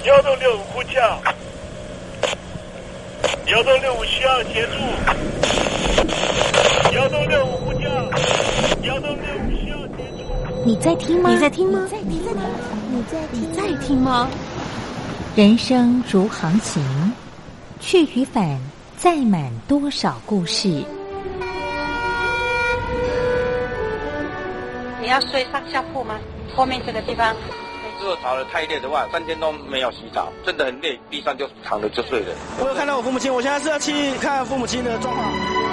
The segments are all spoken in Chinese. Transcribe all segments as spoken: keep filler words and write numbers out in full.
幺洞六五呼叫，幺洞六五需要协助，幺洞六五呼叫，幺洞六五需要协助。 你在听吗？ 你在听吗？ 你在听吗？ 你在你在听吗？ 人生如航行，去与返，载满多少故事。 你要睡上下铺吗？后面这个地方。 如果吵得太累的话，三天都没有洗澡，真的很累，地上就躺着就睡了。 我有看到我父母亲，我现在是要去看父母亲的状况。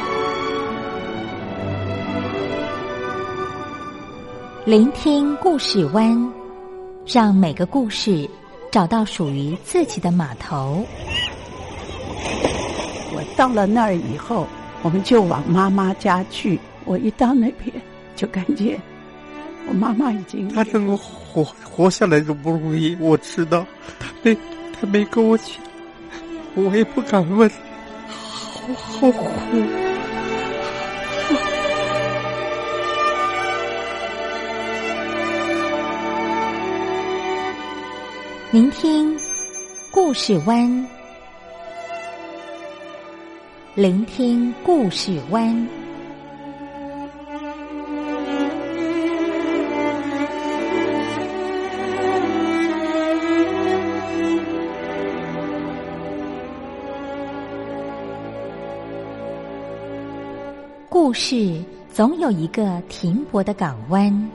聆听故事湾，让每个故事找到属于自己的码头。 我到了那儿以后，我们就往妈妈家去。我一到那边，就感觉我妈妈已经她能够活活下来都不容易，我知道，她没她没跟我讲，我也不敢问，好好苦。 聆听故事湾，聆听故事湾。故事总有一个停泊的港湾。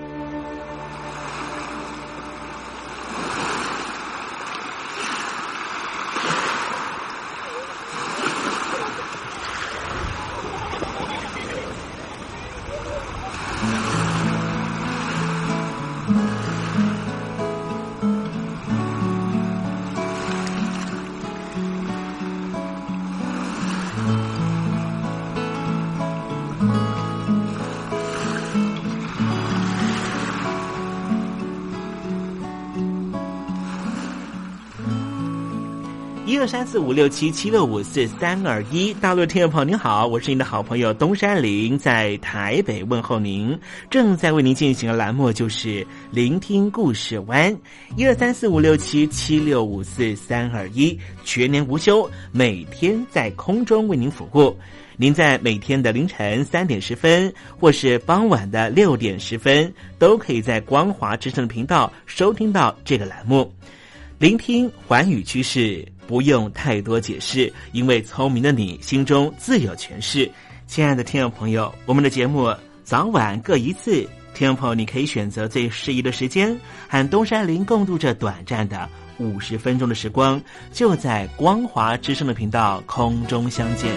一二三四五六七七六五四三二一，大陆的听众朋友您好，我是您的好朋友东山林，在台北问候您。正在为您进行的栏目就是聆听故事湾，一二三四五六七七六五四三二一，全年无休，每天在空中为您服务。您在每天的凌晨三点十分，或是傍晚的六点十分，都可以在光华之声的频道收听到这个栏目。聆听寰宇趋势，不用太多解释，因为聪明的你心中自有诠释。亲爱的听众朋友，我们的节目早晚各一次，听众朋友你可以选择最适宜的时间，和东山林共度这短暂的五十分钟的时光，就在光华之声的频道空中相见。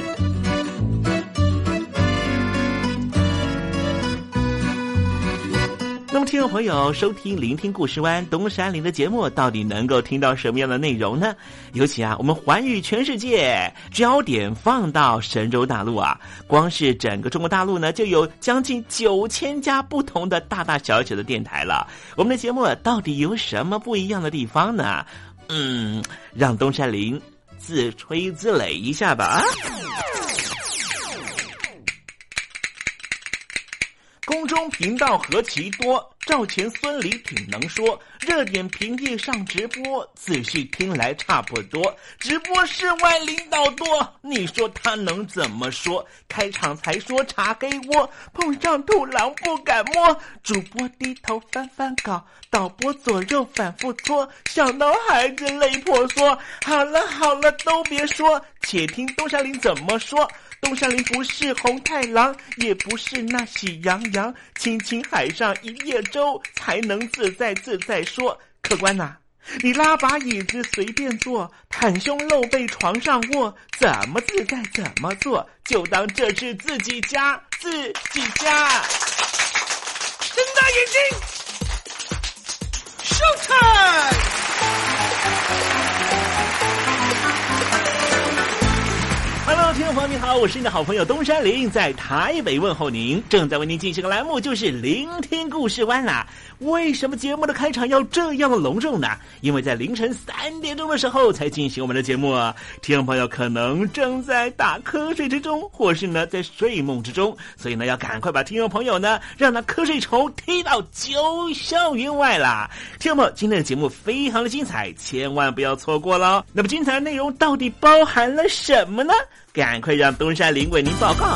那么听众朋友收听聆听故事湾东山林的节目，到底能够听到什么样的内容呢？尤其啊，我们环宇全世界，焦点放到神州大陆啊，光是整个中国大陆呢，就有将近九千家不同的大大小小的电台了。我们的节目到底有什么不一样的地方呢？嗯，让东山林自吹自擂一下吧。空中频道何其多，赵钱孙李挺能说，热点平地上直播，仔细听来差不多。直播室外领导多，你说他能怎么说？开场才说茶黑窝，碰上土狼不敢摸。主播低头翻翻稿，导播左右反复搓，想到孩子泪婆娑。好了好了，都别说，且听东山林怎么说。东山林不是红太狼，也不是那喜羊羊，亲亲海上一叶舟，才能自在自在说。客官呐、啊，你拉把椅子随便坐，袒胸露背床上卧，怎么自在怎么做，就当这是自己家，自己家。睁大眼睛 ，Showtime！Hello， 听众众朋友您好，我是你的好朋友东山林，在台北问候您。正在为您进行的栏目就是聆听故事湾啦。为什么节目的开场要这样的隆重呢？因为在凌晨三点钟的时候才进行我们的节目啊。听众朋友可能正在打瞌睡之中，或是呢在睡梦之中，所以呢要赶快把听众朋友呢让那瞌睡虫踢到九霄云外啦。听众朋友，今天的节目非常的精彩，千万不要错过了。那么精彩的内容到底包含了什么呢？赶快让东山林为您报告。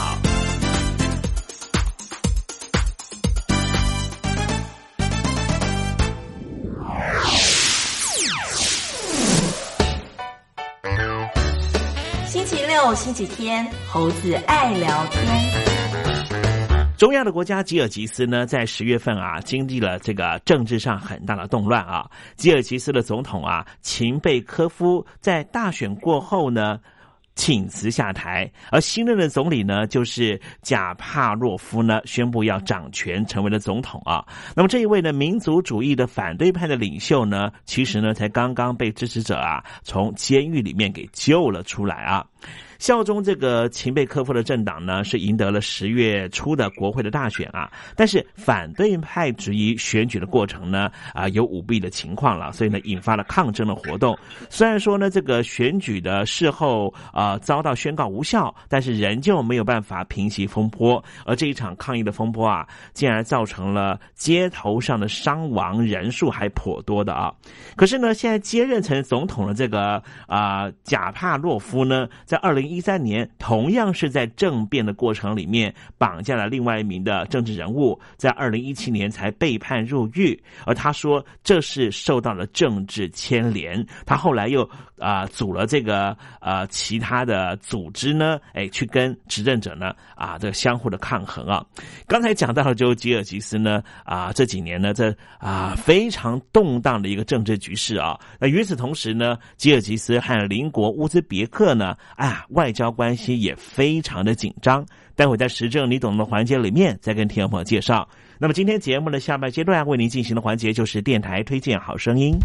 星期六、星期天，猴子爱聊天。 中亚的国家吉尔吉斯呢，在十月份啊，经历了这个政治上很大的动乱啊。吉尔吉斯的总统啊，秦贝科夫在大选过后呢，请辞下台，而新任的总理呢，就是贾帕洛夫呢，宣布要掌权，成为了总统啊。那么这一位呢，民族主义的反对派的领袖呢，其实呢，才刚刚被支持者啊，从监狱里面给救了出来啊。效忠这个秦贝科夫的政党呢，是赢得了十月初的国会的大选啊，但是反对派质疑选举的过程呢，啊有舞弊的情况了，所以呢引发了抗争的活动。虽然说呢这个选举的事后啊、呃、遭到宣告无效，但是仍旧没有办法平息风波，而这一场抗议的风波啊，竟然造成了街头上的伤亡人数还颇多的啊。可是呢，现在接任成总统的这个啊、呃、贾帕洛夫呢，在二零一三年同样是在政变的过程里面绑架了另外一名的政治人物，在二零一七年才被判入狱，而他说这是受到了政治牵连。他后来又啊、呃、组了这个呃其他的组织呢，哎去跟执政者呢啊这个相互的抗衡啊。刚才讲到了就吉尔吉斯呢啊这几年呢这啊非常动荡的一个政治局势啊。那与此同时呢，吉尔吉斯和邻国乌兹别克呢，哎呀外交关系也非常的紧张。待会在时政你懂的环节里面再跟听众朋友介绍。那么今天节目的下半阶段为您进行的环节就是电台推荐好声音。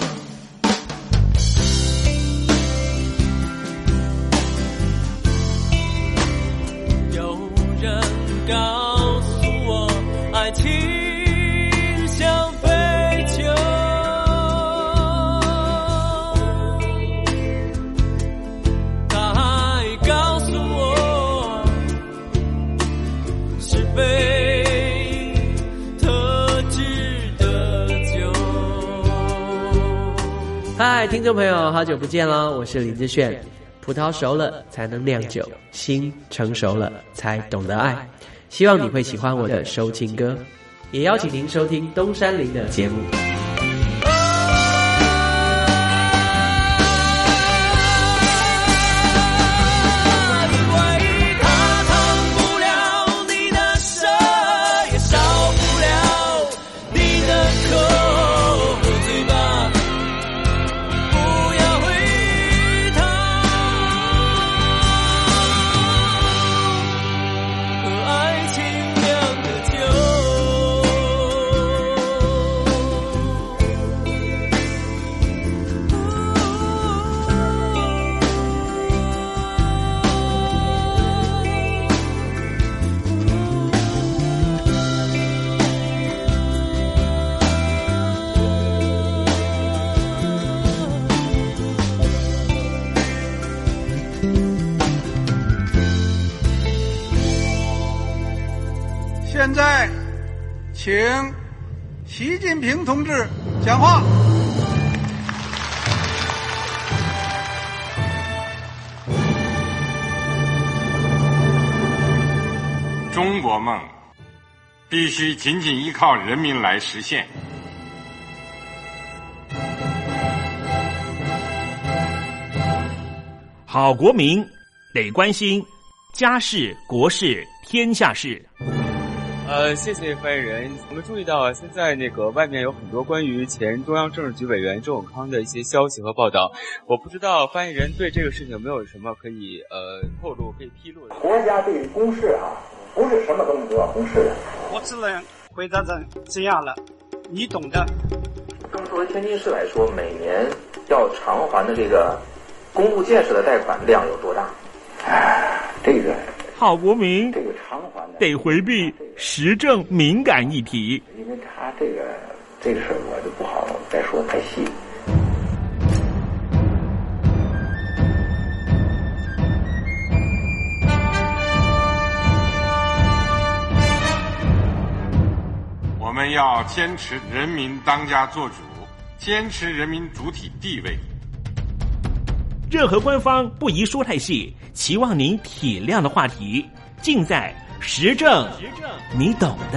有人告诉我爱情像飞球，他还告诉我是非特制的酒。 嗨，听众朋友，好久不见了，我是林志炫。葡萄熟了才能酿酒，心成熟了才懂得爱。希望你会喜欢我的收情歌，也邀请您收听东山林的节目。 现在，请习近平同志讲话。 中国梦必须紧紧依靠人民来实现。 好国民得关心家事、国事、天下事。 呃，谢谢发言人。我们注意到现在那个外面有很多关于前中央政治局委员周永康的一些消息和报道，我不知道发言人对这个事情有没有什么可以呃透露、可以披露的。 国家对于公事啊，不是什么东西都要公示的。 我只能回答成这样了，你懂的。 那么作为天津市来说，每年要偿还的这个公共建设的贷款量有多大？唉。 这个郝国民这个偿还呢， 得回避时政敏感议题， 因为他这个这个事儿我就不好再说太细。 我们要坚持人民当家作主，坚持人民主体地位。 任何官方不宜说太细，期望您体谅的话题，尽在时政，你懂的。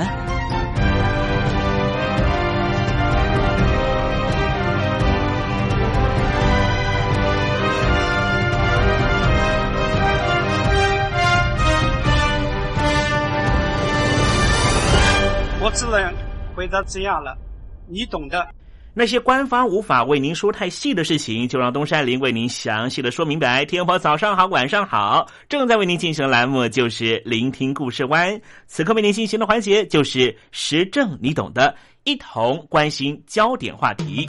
我只能回答这样了，你懂的。 那些官方无法为您说太细的事情，就让东山林为您详细的说明白。天婆早上好，晚上好，正在为您进行的栏目就是聆听故事湾，此刻为您进行的环节就是时政你懂的，一同关心焦点话题。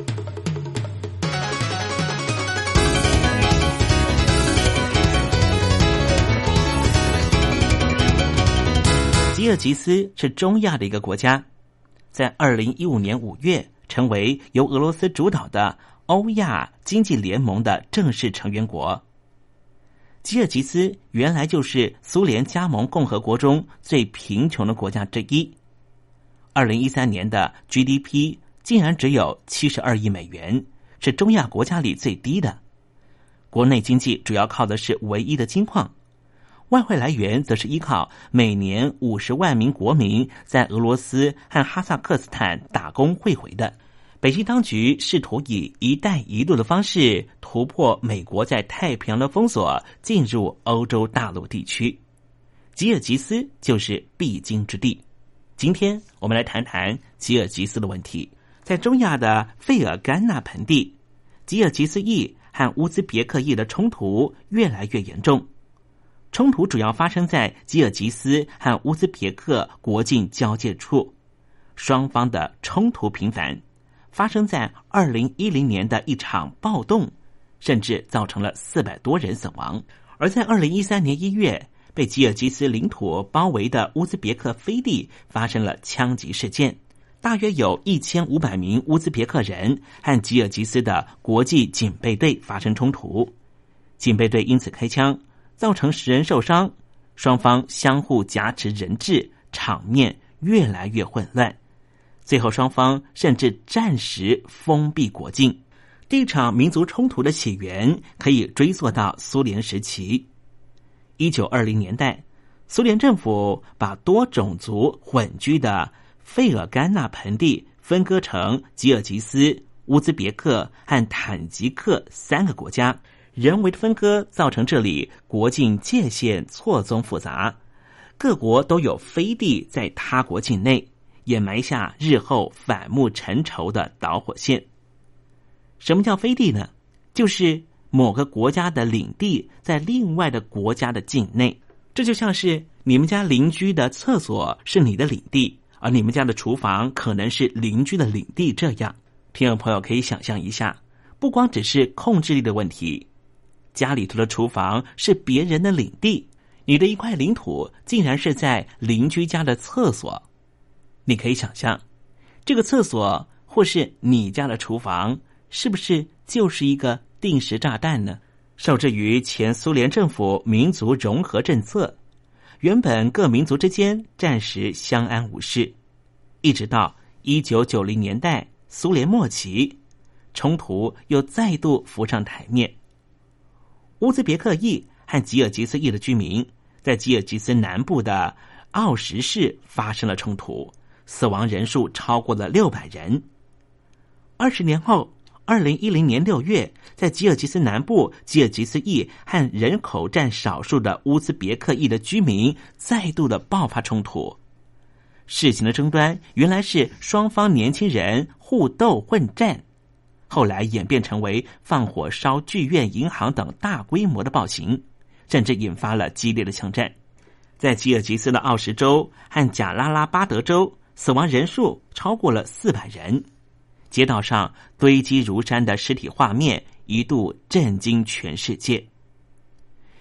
吉尔吉斯是中亚的一个国家，在二零一五年五月成为由俄罗斯主导的欧亚经济联盟的正式成员国。吉尔吉斯原来就是苏联加盟共和国中最贫穷的国家之一，二零一三年的 G D P 竟然只有七十二亿美元，是中亚国家里最低的。国内经济主要靠的是唯一的金矿，外汇来源则是依靠每年五十万名国民在俄罗斯和哈萨克斯坦打工汇回的。北京当局试图以一带一路的方式突破美国在太平洋的封锁，进入欧洲大陆地区。吉尔吉斯就是必经之地。今天我们来谈谈吉尔吉斯的问题。在中亚的费尔干纳盆地，吉尔吉斯裔和乌兹别克裔的冲突越来越严重。冲突主要发生在吉尔吉斯和乌兹别克国境交界处，双方的冲突频繁，发生在二零一零年的一场暴动，甚至造成了四百多人死亡。而在二零一三年一月，被吉尔吉斯领土包围的乌兹别克飞地发生了枪击事件，大约有一千五百名乌兹别克人和吉尔吉斯的国际警备队发生冲突，警备队因此开枪，造成十人受伤，双方相互挟持人质，场面越来越混乱。最后双方甚至暂时封闭国境。这场民族冲突的起源可以追溯到苏联时期。一九二零年代，苏联政府把多种族混居的费尔干纳盆地分割成吉尔吉斯、乌兹别克和坦吉克三个国家，人为的分割造成这里国境界限错综复杂，各国都有飞地在他国境内，也埋下日后反目成仇的导火线。什么叫飞地呢？就是某个国家的领地在另外的国家的境内，这就像是你们家邻居的厕所是你的领地，而你们家的厨房可能是邻居的领地，这样听众朋友可以想象一下，不光只是控制力的问题，家里头的厨房是别人的领地，你的一块领土竟然是在邻居家的厕所。你可以想象，这个厕所或是你家的厨房是不是就是一个定时炸弹呢？受制于前苏联政府民族融合政策，原本各民族之间暂时相安无事，一直到一九九零年代苏联末期，冲突又再度浮上台面。乌兹别克裔和吉尔吉斯裔的居民在吉尔吉斯南部的奥什市发生了冲突，死亡人数超过了六百人。二十年后，二零一零年六月，在吉尔吉斯南部，吉尔吉斯裔和人口占少数的乌兹别克裔的居民再度的爆发冲突。事情的争端原来是双方年轻人互斗混战，后来演变成为放火烧剧院、银行等大规模的暴行，甚至引发了激烈的枪战。在吉尔吉斯的奥什州和贾拉拉巴德州，死亡人数超过了四百人，街道上堆积如山的尸体画面一度震惊全世界。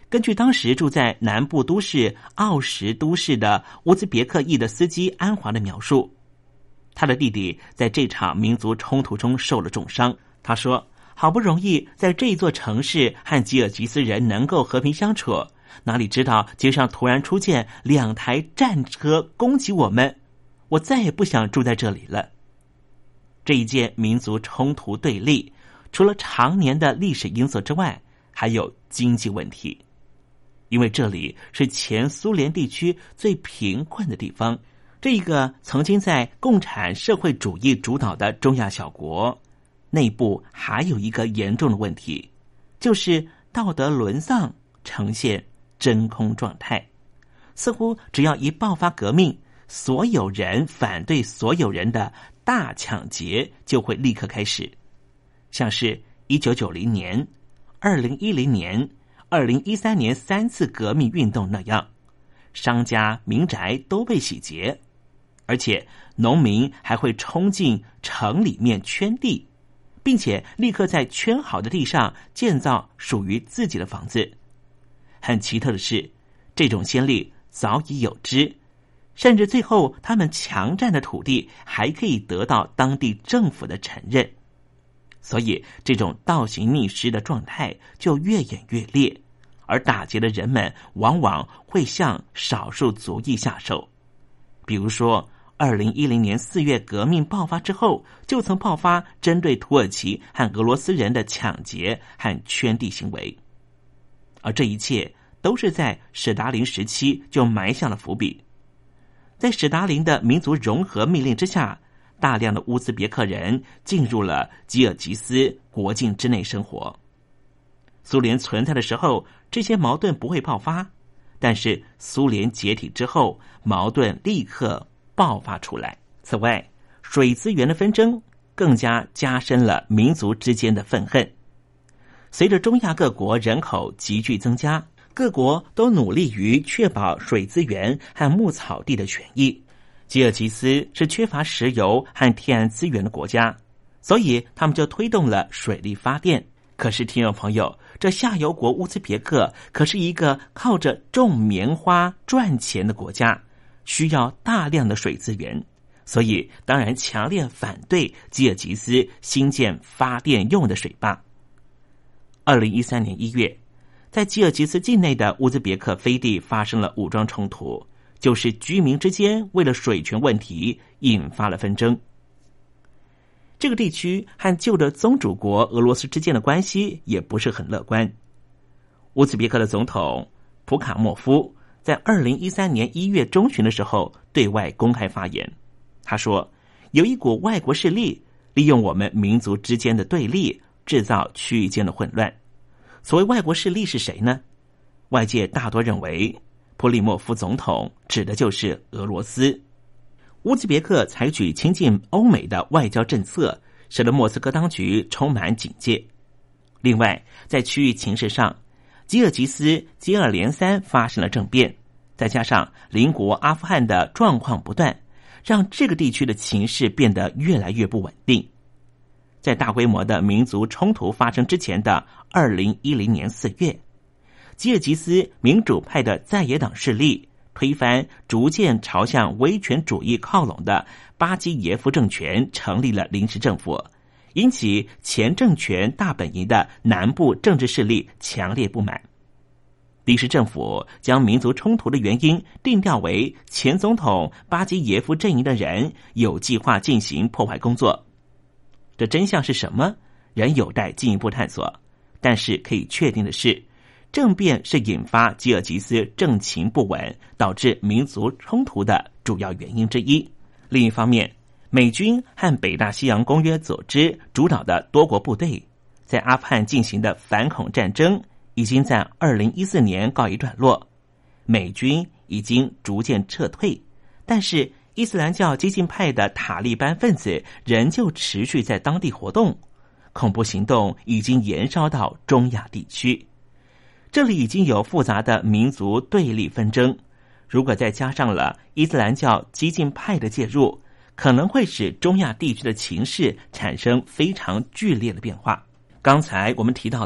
根据当时住在南部都市奥什都市的乌兹别克裔的司机安华的描述，他的弟弟在这场民族冲突中受了重伤。他说，好不容易在这一座城市和吉尔吉斯人能够和平相处，哪里知道街上突然出现两台战车攻击我们，我再也不想住在这里了。这一件民族冲突对立，除了常年的历史因素之外，还有经济问题。因为这里是前苏联地区最贫困的地方，这一个曾经在共产社会主义主导的中亚小国，内部还有一个严重的问题，就是道德沦丧，呈现真空状态。似乎只要一爆发革命，所有人反对所有人的大抢劫就会立刻开始，像是一九九零年、二零一零年、二零一三年三次革命运动那样，商家民宅都被洗劫，而且农民还会冲进城里面圈地，并且立刻在圈好的地上建造属于自己的房子。很奇特的是，这种先例早已有之，甚至最后他们强占的土地还可以得到当地政府的承认。所以这种倒行逆施的状态就越演越烈，而打劫的人们往往会向少数族裔下手。比如说二零一零年四月革命爆发之后，就曾爆发针对土耳其和俄罗斯人的抢劫和圈地行为，而这一切都是在史达林时期就埋下了伏笔。在史达林的民族融合命令之下，大量的乌兹别克人进入了吉尔吉斯国境之内生活。苏联存在的时候，这些矛盾不会爆发，但是苏联解体之后，矛盾立刻爆发出来。此外，水资源的纷争更加加深了民族之间的愤恨。随着中亚各国人口急剧增加，各国都努力于确保水资源和牧草地的权益。吉尔吉斯是缺乏石油和天然资源的国家，所以他们就推动了水力发电。可是听众朋友，这下游国乌兹别克可是一个靠着种棉花赚钱的国家，需要大量的水资源，所以当然强烈反对吉尔吉斯新建发电用的水坝。二零一三年一月，在吉尔吉斯境内的乌兹别克飞地发生了武装冲突，就是居民之间为了水权问题引发了纷争。这个地区和旧的宗主国俄罗斯之间的关系也不是很乐观。乌兹别克的总统普卡莫夫在二零一三年一月中旬的时候对外公开发言，他说，有一股外国势力利用我们民族之间的对立，制造区域间的混乱。所谓外国势力是谁呢？外界大多认为普里莫夫总统指的就是俄罗斯。乌兹别克采取亲近欧美的外交政策，使得莫斯科当局充满警戒。另外，在区域情势上，吉尔吉斯接二连三发生了政变，再加上邻国阿富汗的状况不断，让这个地区的情势变得越来越不稳定。在大规模的民族冲突发生之前的二零一零年四月，吉尔吉斯民主派的在野党势力推翻逐渐朝向威权主义靠拢的巴基耶夫政权，成立了临时政府，引起前政权大本营的南部政治势力强烈不满。临时政府将民族冲突的原因定调为前总统巴基耶夫阵营的人有计划进行破坏工作。这真相是什么，仍有待进一步探索，但是可以确定的是，政变是引发吉尔吉斯政情不稳，导致民族冲突的主要原因之一。另一方面，美军和北大西洋公约组织主导的多国部队在阿富汗进行的反恐战争已经在二零一四年告一段落，美军已经逐渐撤退，但是伊斯兰教激进派的塔利班分子仍旧持续在当地活动，恐怖行动已经延烧到中亚地区。这里已经有复杂的民族对立纷争，如果再加上了伊斯兰教激进派的介入，可能会使中亚地区的情势产生非常剧烈的变化。刚才我们提到了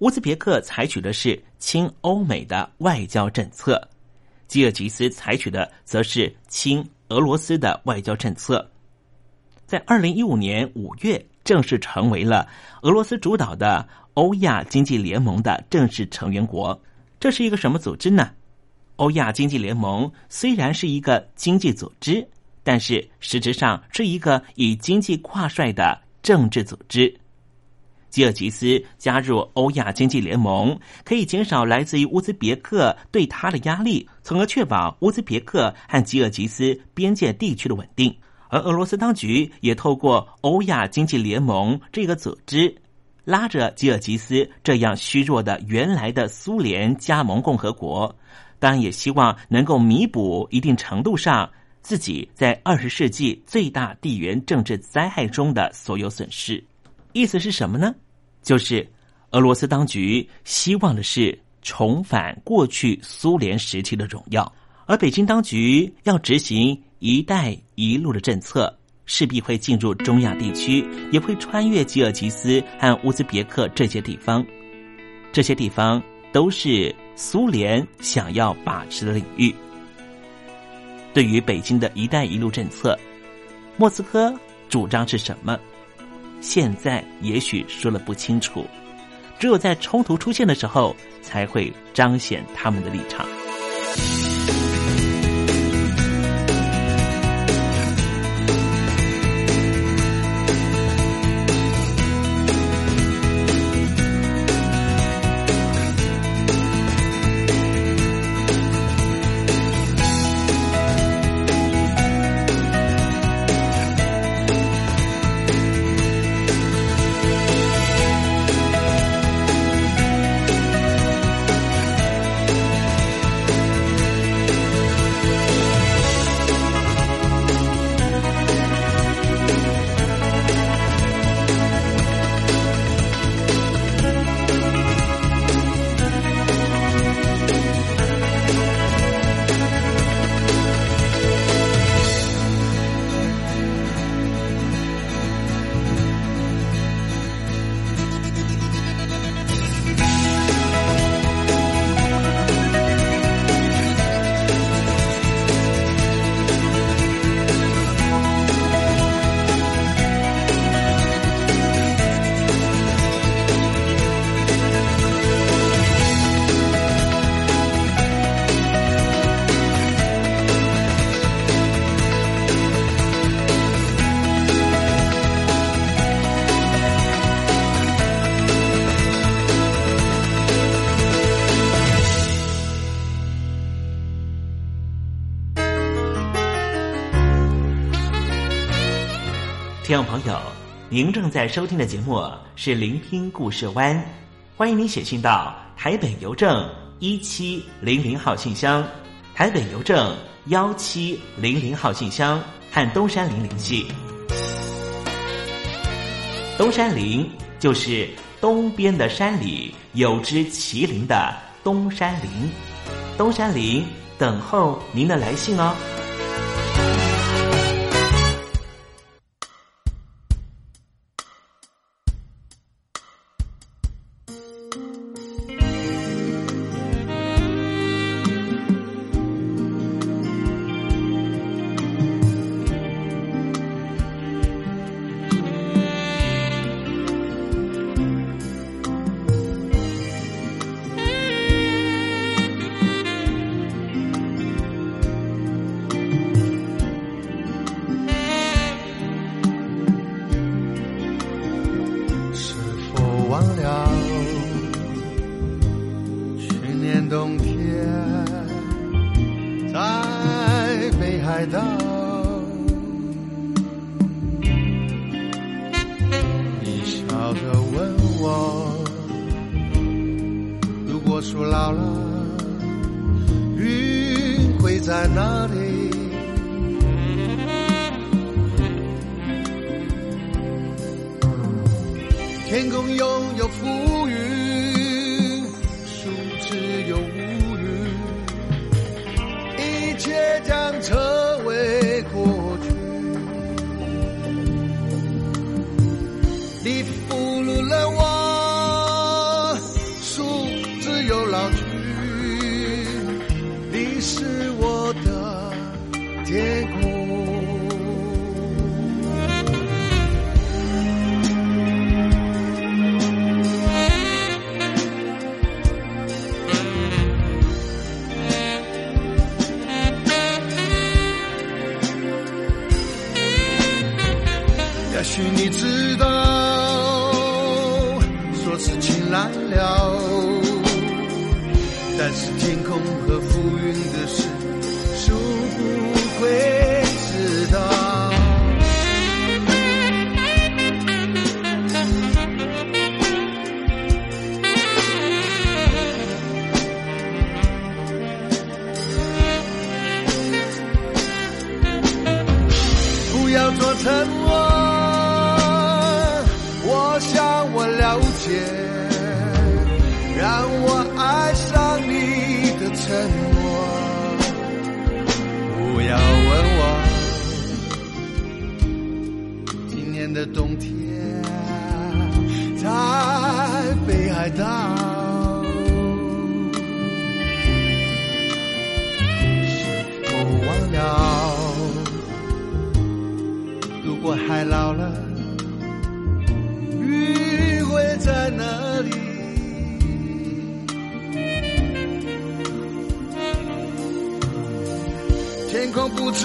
乌兹别克采取的是亲欧美的外交政策，吉尔吉斯采取的则是亲俄罗斯的外交政策。在二零一五年五月，正式成为了俄罗斯主导的欧亚经济联盟的正式成员国。这是一个什么组织呢？欧亚经济联盟虽然是一个经济组织，但是实质上是一个以经济挂帅的政治组织。吉尔吉斯加入欧亚经济联盟，可以减少来自于乌兹别克对他的压力，从而确保乌兹别克和吉尔吉斯边界地区的稳定。而俄罗斯当局也透过欧亚经济联盟这个组织，拉着吉尔吉斯这样虚弱的原来的苏联加盟共和国，当然也希望能够弥补一定程度上自己在二十世纪最大地缘政治灾害中的所有损失。意思是什么呢？就是俄罗斯当局希望的是重返过去苏联时期的荣耀，而北京当局要执行一带一路的政策，势必会进入中亚地区，也会穿越吉尔吉斯和乌兹别克这些地方。这些地方都是苏联想要把持的领域。对于北京的一带一路政策，莫斯科主张是什么？现在也许说了不清楚，只有在冲突出现的时候，才会彰显他们的立场。听众朋友，您正在收听的节目是聆听故事湾，欢迎您写信到台北邮政一七零零号信箱，台北邮政幺七零零号信箱，和东山林联系。东山林就是东边的山里有只麒麟的东山林，东山林等候您的来信哦。 天空拥有浮云，树枝有乌云，一切将成为过去。你俘虏了我， 事情来了，但是天空和浮云的事，数不会知道。不要做沉默，我想我了解，让我爱上你的沉默。不要问我今年的冬天在北海道是否忘了，如果还老了，雨会在哪里？天空不知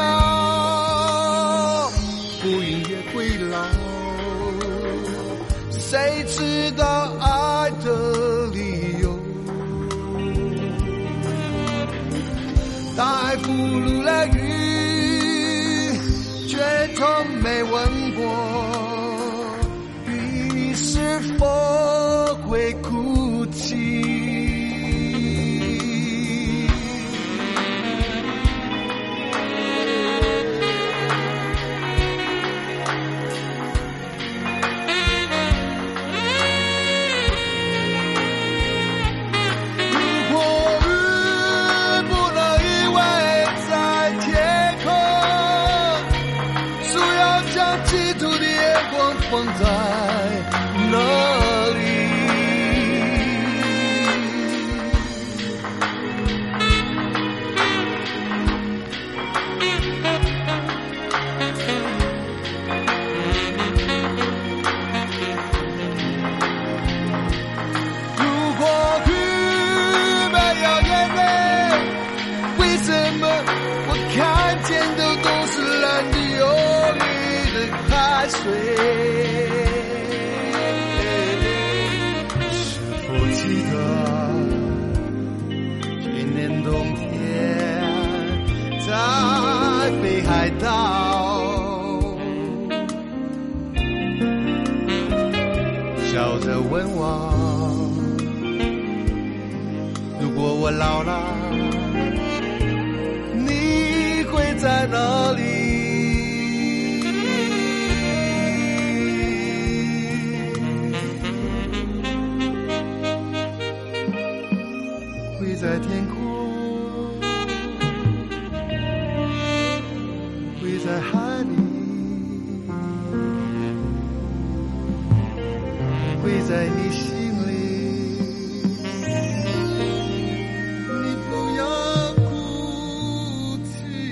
道，浮云也会老，谁知道爱的理由？大海俘虏了鱼，却从没问过你是否会哭泣。放在哪里？如果雨没有眼泪，为什么我看见的都是蓝的有你的海水？记得今年冬天在北海道，笑着问我，如果我老了，你会在哪里？在天空，会在海里，会在你心里，你不要哭泣。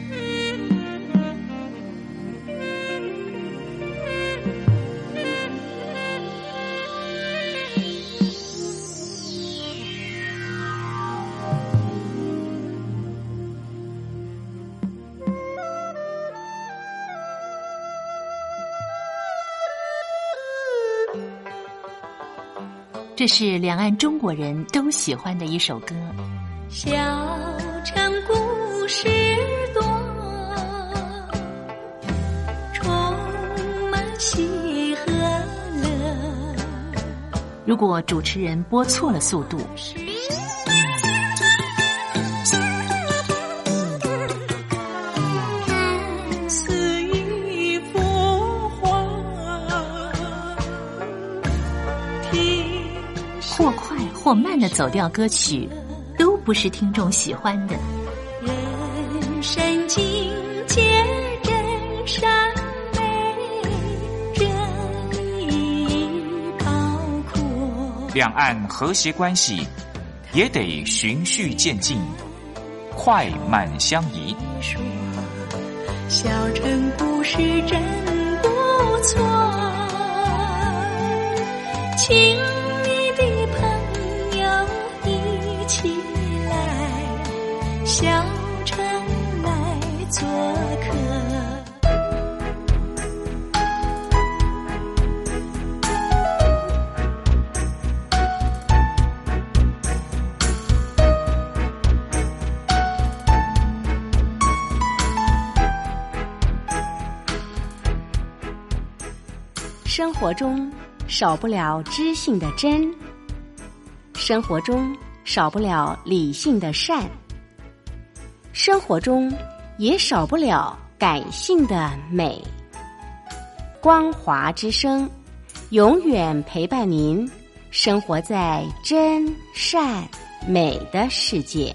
这是两岸中国人都喜欢的一首歌。 小城故事多，充满喜和乐。 如果主持人播错了速度， 似一幅画， 或快或慢的走调歌曲，都不是听众喜欢的。 人生境界真善美，这里包括两岸和谐关系也得循序渐进，快慢相宜。 小城故事真不错，请你的朋友一起来小城来做客。 生活中少不了知性的真，生活中少不了理性的善，生活中也少不了感性的美。光华之声永远陪伴您生活在真善美的世界。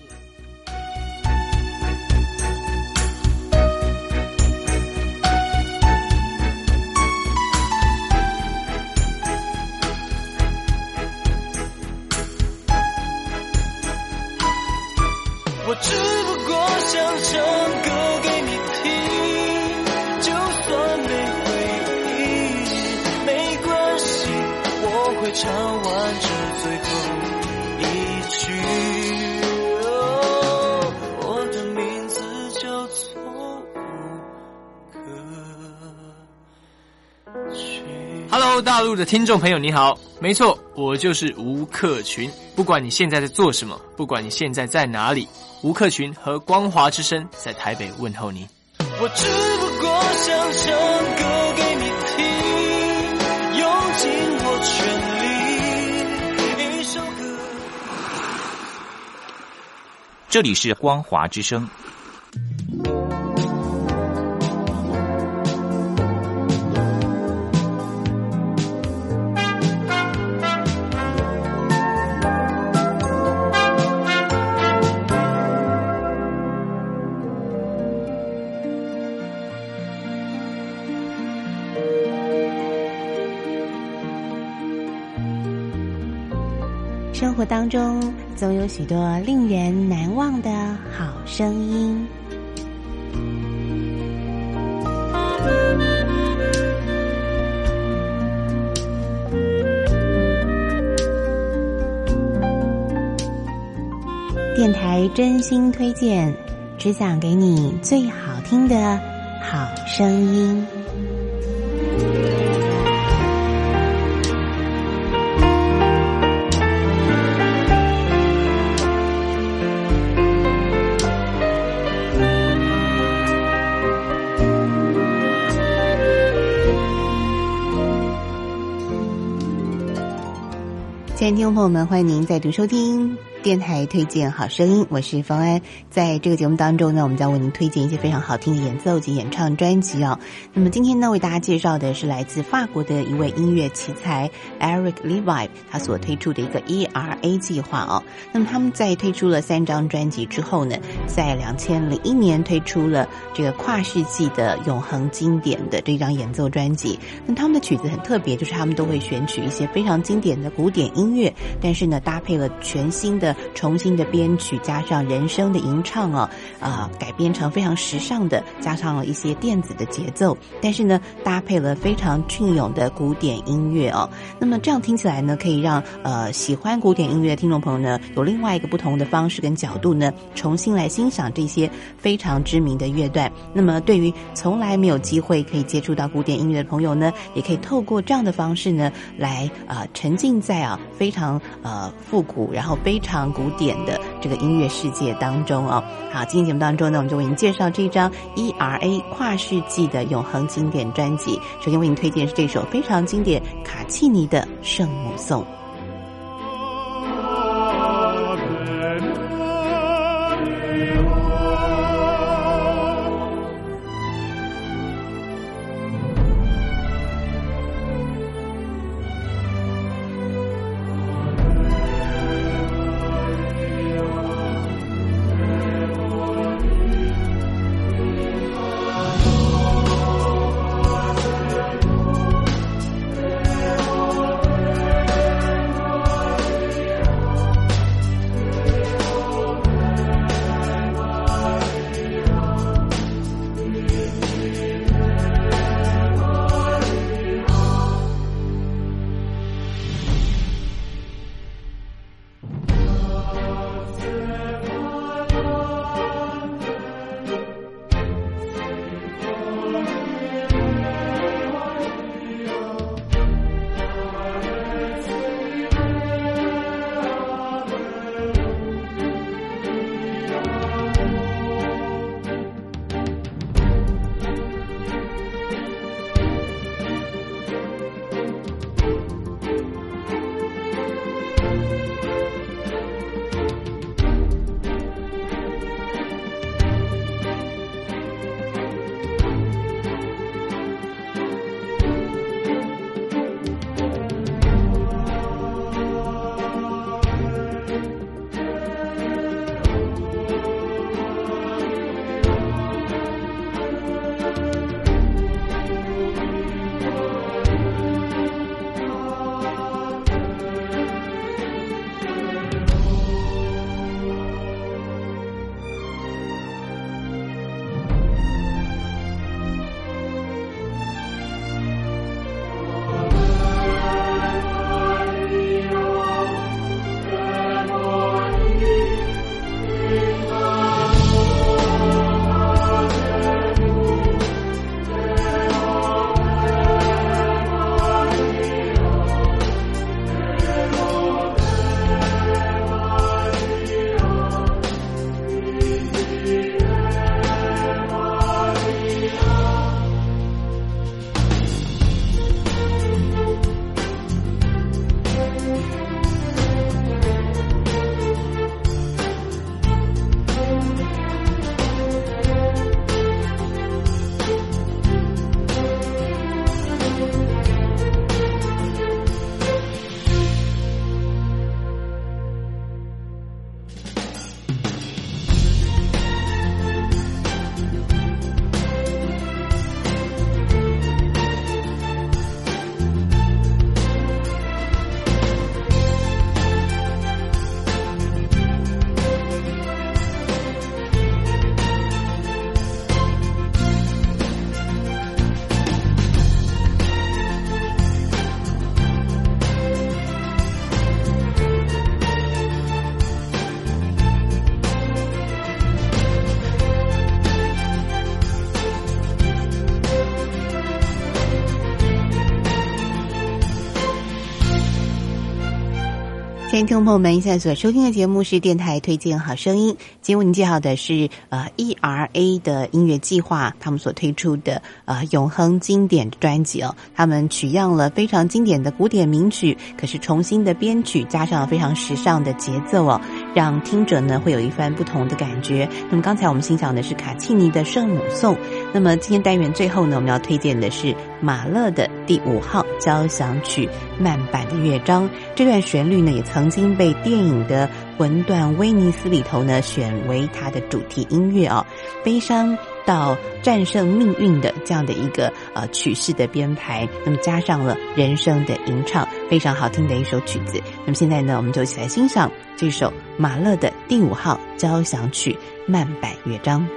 我只不过想唱歌给你听，就算没回应没关系，我会唱完这最后一句。哦，我的名字叫做吴克群。 Hello， 大陆的听众朋友你好，没错，我就是吴克群。不管你现在在做什么，不管你现在在哪里，吴克群和光华之声在台北问候您。 我只不过想唱歌给你听，用尽我全力，一首歌。 这里是光华之声。 生活当中总有许多令人难忘的好声音，电台真心推荐，只想给你最好听的好声音。亲爱的听众朋友们，欢迎您再度收听电台推荐好声音，我是冯安。在这个节目当中呢，我们将为您推荐一些非常好听的演奏及演唱专辑哦。那么今天呢，为大家介绍的是来自法国的一位音乐奇才 Eric Levi， 他所推出的一个 E R A 计划哦。那么他们在推出了三张专辑之后呢，在两千零一年推出了这个跨世纪的永恒经典的这张演奏专辑。那他们的曲子很特别，就是他们都会选取一些非常经典的古典音乐，但是呢搭配了全新的重新的编曲，加上人声的吟唱哦，啊、呃，改编成非常时尚的，加上了一些电子的节奏，但是呢搭配了非常隽永的古典音乐哦。那么这样听起来呢，可以让呃喜欢古典音乐的听众朋友呢，有另外一个不同的方式跟角度呢，重新来欣赏这些非常知名的乐段。那么对于从来没有机会可以接触到古典音乐的朋友呢，也可以透过这样的方式呢，来呃沉浸在啊非常呃复古，然后非常古典的这个音乐世界当中哦。好，今天节目当中呢，我们就为您介绍这张 E R A 跨世纪的永恒经典专辑。首先为您推荐是这首非常经典卡契尼的《圣母颂》。 亲爱的听众朋友们，现在所收听的节目是电台推荐好声音。今天为您介绍的是呃 E R A 的音乐计划，他们所推出的呃永恒经典的专辑哦。他们取样了非常经典的古典名曲，可是重新的编曲，加上非常时尚的节奏哦，让听者呢会有一番不同的感觉。那么刚才我们欣赏的是卡契尼的《圣母颂》，那么今天单元最后呢，我们要推荐的是马勒的第五号交响曲慢板的乐章。这段旋律呢，也曾经被电影的《魂断威尼斯》里头呢选为它的主题音乐啊、哦，悲伤到战胜命运的这样的一个呃曲式的编排，那么加上了人声的吟唱，非常好听的一首曲子。那么现在呢，我们就一起来欣赏这首马勒的第五号交响曲慢板乐章。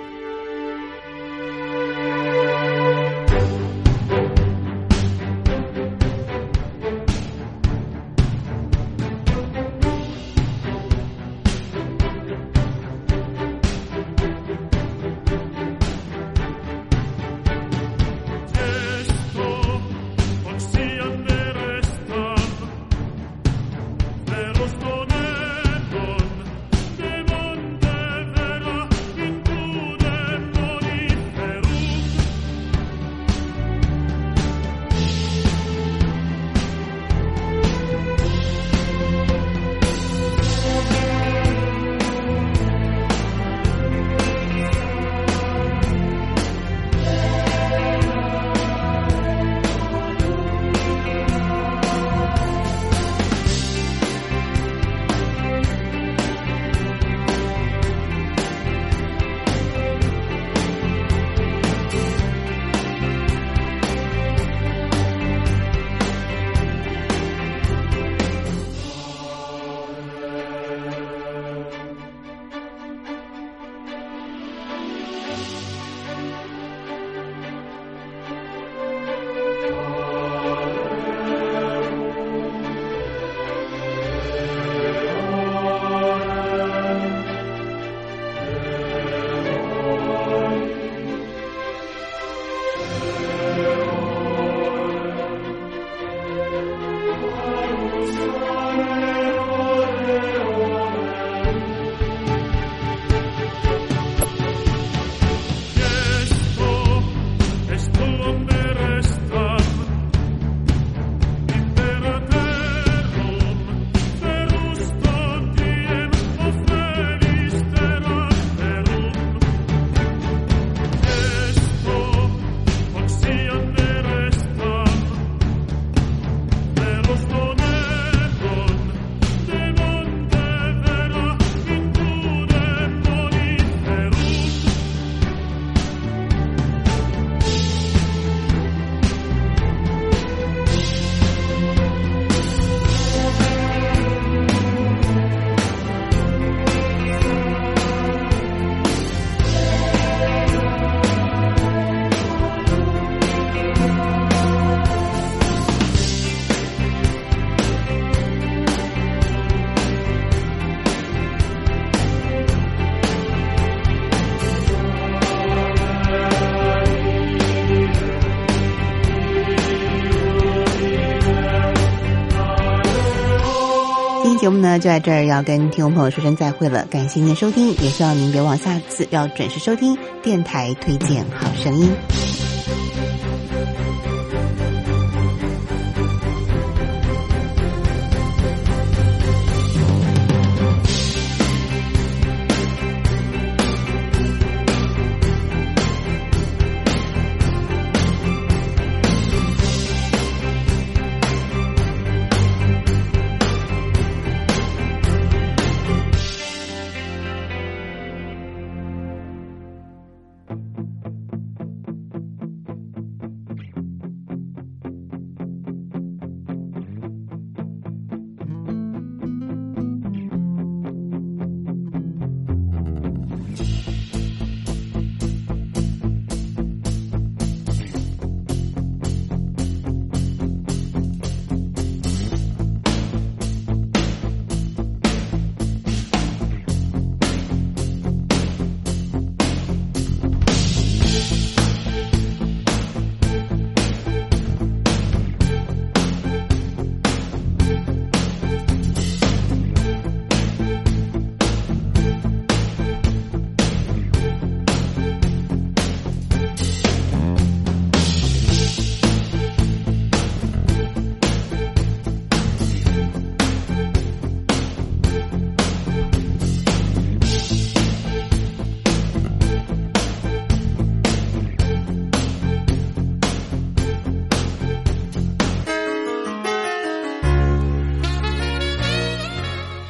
节目呢就在这儿要跟听众朋友说声再会了，感谢您的收听，也希望您别忘下次要准时收听电台推荐好声音。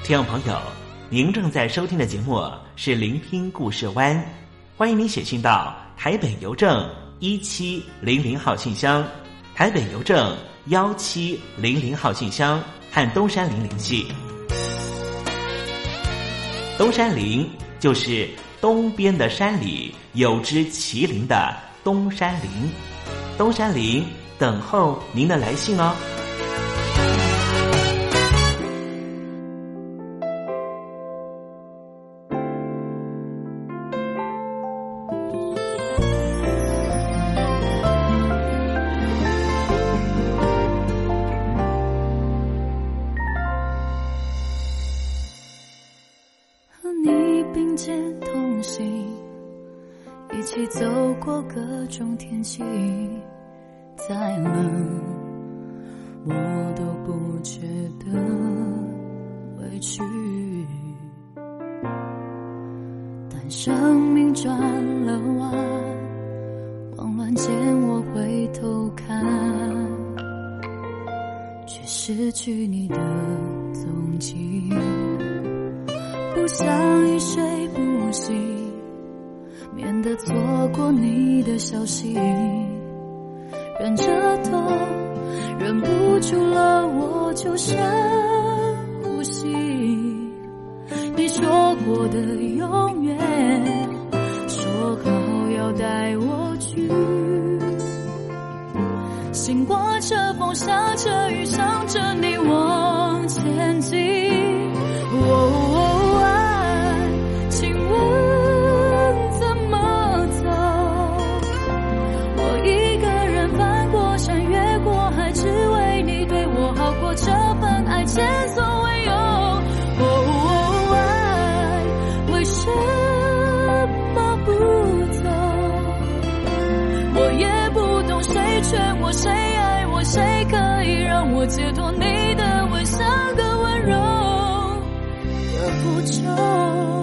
听众朋友，您正在收听的节目是聆听故事湾，欢迎您写信到台北邮政一七零零号信箱，台北邮政一七零零号信箱，和东山林联系。东山林就是东边的山里有只麒麟的东山林，东山林等候您的来信哦。 再冷我都不觉得委屈，但生命转了弯，慌乱间我回头看，却失去你的踪迹，不想一睡不醒，免得错过你的消息，忍着痛，忍不住了，我就深呼吸。你说过的永远，说好要带我去。心刮着风，下着雨，想着你往前进。哦，爱，请问怎么走？我一个人翻过山，越过海，只为你对我好过，这份爱前所未有。哦，爱，为什么不走？我也不懂，谁劝我，谁爱我，谁可以让我解脱你的吻，像个温柔的符咒。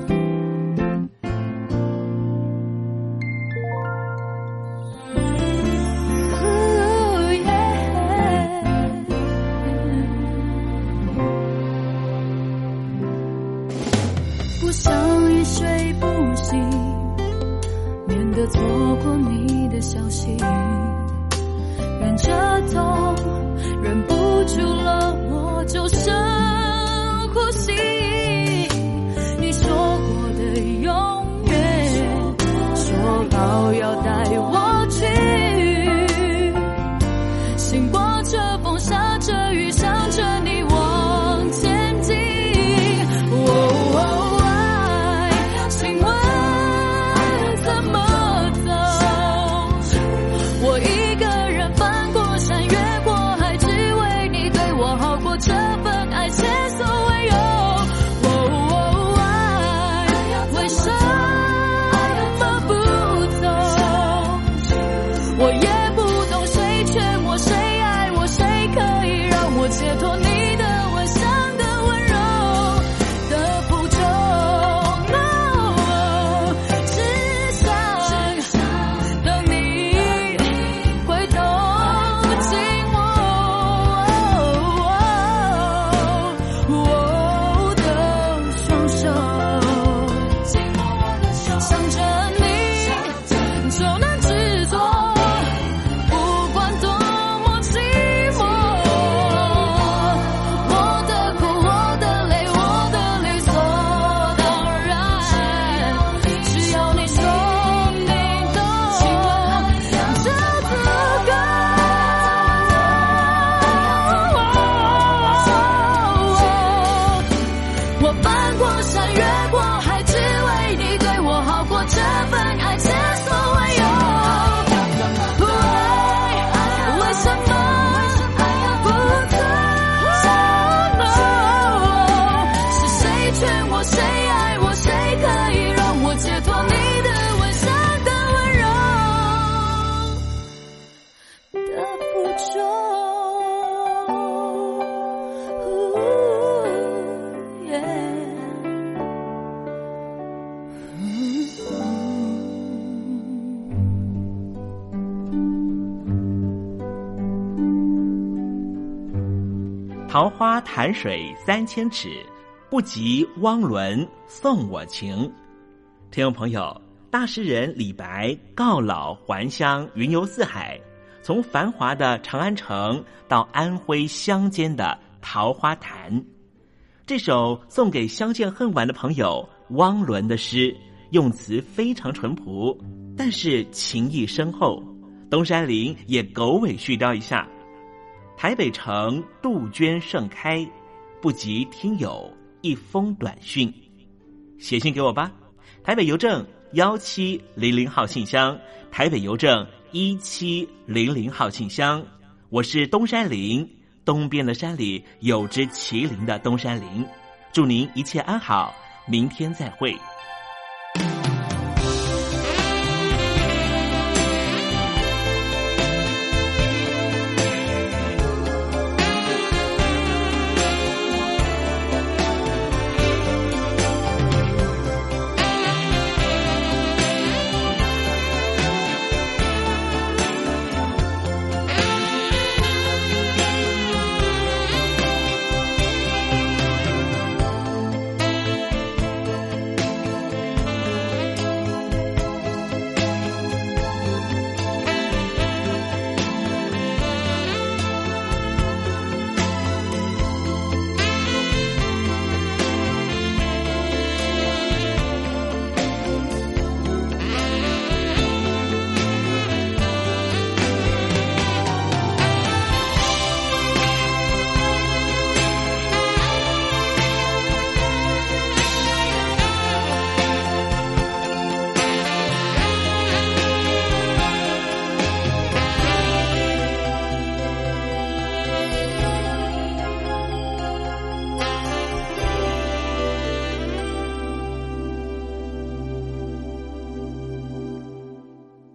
不想一睡不醒，免得错过你的消息，忍着痛，忍不住了，我就深呼吸。你说过的永远，说好要带我去。心刮着风，下着雨，想着你往前进。哦，爱，请问怎么走？我一个人翻过山，越过海，只为你对我好过，这份爱前所未有。哦，爱，为什么不走？我也不懂，谁劝我，谁爱我，谁可以让我解脱你的吻，像个温柔的符咒。No， 只想等你回头紧握我的双手，想着你就能执着，不管多么寂寞。我的苦，我的泪，我的理所当然，只要你说你懂，这资格。我翻过山，越过海，只为你对我好过，这份爱前所未有。爱，为什么不走？是谁劝我，谁爱我，谁可以让我解脱你的吻，像个温柔的符咒。 桃花潭水三千尺， 不及汪伦送我情。听众朋友，大诗人李白告老还乡，云游四海，从繁华的长安城到安徽乡间的桃花潭。这首送给相见恨晚的朋友汪伦的诗，用词非常淳朴，但是情意深厚。东山林也狗尾续貂一下：台北城杜鹃盛开，不及听友一封短讯。写信给我吧，台北邮政一七零零号信箱，台北邮政一七零零号信箱。我是东山林，东边的山里有只麒麟的东山林。祝您一切安好，明天再会。